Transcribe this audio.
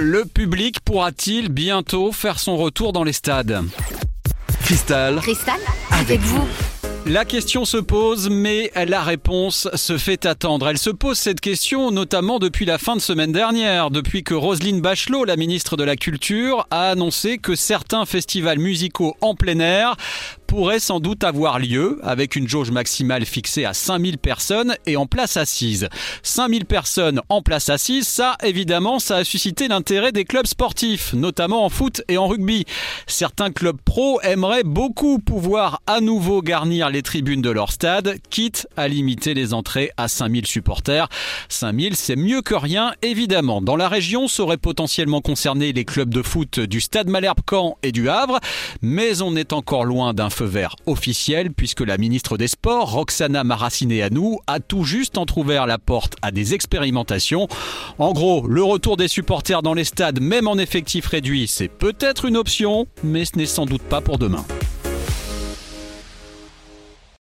Le public pourra-t-il bientôt faire son retour dans les stades ? Cristal, avec vous. La question se pose, mais la réponse se fait attendre. Elle se pose cette question notamment depuis la fin de semaine dernière, depuis que Roselyne Bachelot, la ministre de la Culture, a annoncé que certains festivals musicaux en plein air pourraient sans doute avoir lieu, avec une jauge maximale fixée à 5000 personnes et en place assise. 5000 personnes en place assise, ça évidemment, ça a suscité l'intérêt des clubs sportifs, notamment en foot et en rugby. Certains clubs pro aimeraient beaucoup pouvoir à nouveau garnir les tribunes de leur stade, quitte à limiter les entrées à 5000 supporters. 5000, c'est mieux que rien, évidemment. Dans la région, seraient potentiellement concernés les clubs de foot du Stade Malherbe-Caen et du Havre, mais on est encore loin d'un feu vert officiel, puisque la ministre des Sports, Roxana Maracineanu, a tout juste entrouvert la porte à des expérimentations. En gros, le retour des supporters dans les stades, même en effectif réduit, c'est peut-être une option, mais ce n'est sans doute pas pour demain.